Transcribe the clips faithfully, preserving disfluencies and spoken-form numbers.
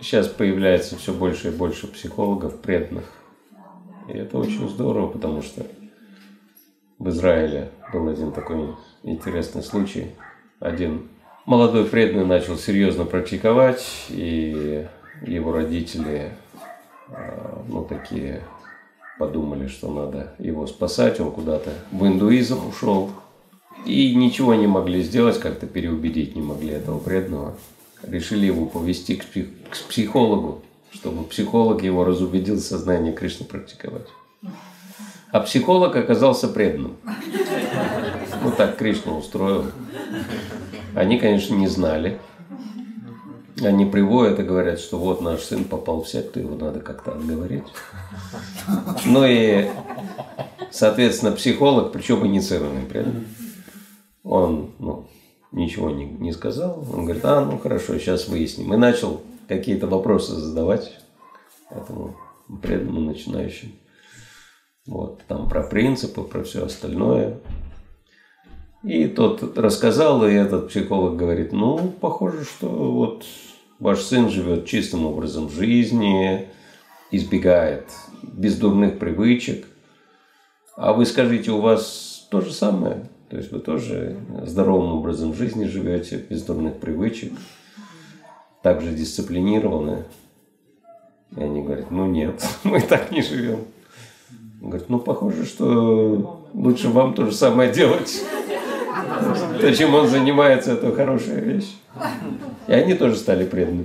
сейчас появляется все больше и больше психологов преданных. И это очень здорово, потому что в Израиле был один такой интересный случай. Один молодой преданный начал серьезно практиковать, и его родители, ну, такие, подумали, что надо его спасать. Он куда-то в индуизм ушел. И ничего не могли сделать, как-то переубедить не могли этого преданного. Решили его повести к, псих, к психологу, чтобы психолог его разубедил в сознании Кришны практиковать. А психолог оказался преданным. Ну так Кришна устроил. Они, конечно, не знали. Они приводят и говорят, что вот наш сын попал в секту, его надо как-то отговорить. Ну и, соответственно, психолог, причем инициированный преданный, он, ну, ничего не, не сказал. Он говорит, а, ну хорошо, сейчас выясним. И начал какие-то вопросы задавать этому преданному начинающему. Вот, там про принципы, про все остальное. И тот рассказал, и этот психолог говорит, ну, похоже, что вот ваш сын живет чистым образом жизни, избегает бездурных привычек. А вы скажите, у вас то же самое? То есть вы тоже здоровым образом жизни живете, без дурных привычек, также дисциплинированы. И они говорят, ну нет, мы так не живем. Он говорит, ну похоже, что лучше вам то же самое делать. То, чем он занимается, это хорошая вещь. И они тоже стали преданными.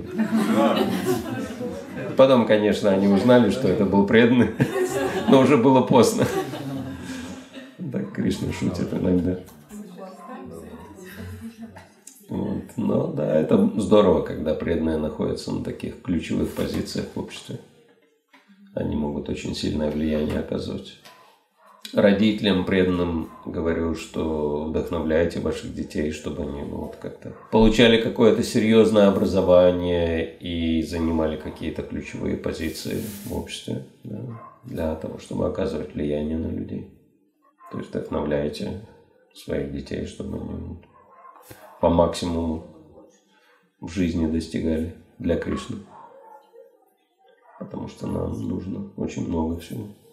Потом, конечно, они узнали, что это был преданный, но уже было поздно. Так Кришна шутит иногда. Вот. Но да, это здорово, когда преданные находятся на таких ключевых позициях в обществе. Они могут очень сильное влияние оказывать. Родителям преданным говорю, что вдохновляйте ваших детей, чтобы они, ну, вот как-то получали какое-то серьезное образование и занимали какие-то ключевые позиции в обществе, да, для того, чтобы оказывать влияние на людей. То есть вдохновляйте своих детей, чтобы они по максимуму в жизни достигали для Кришны. Потому что нам нужно очень много всего.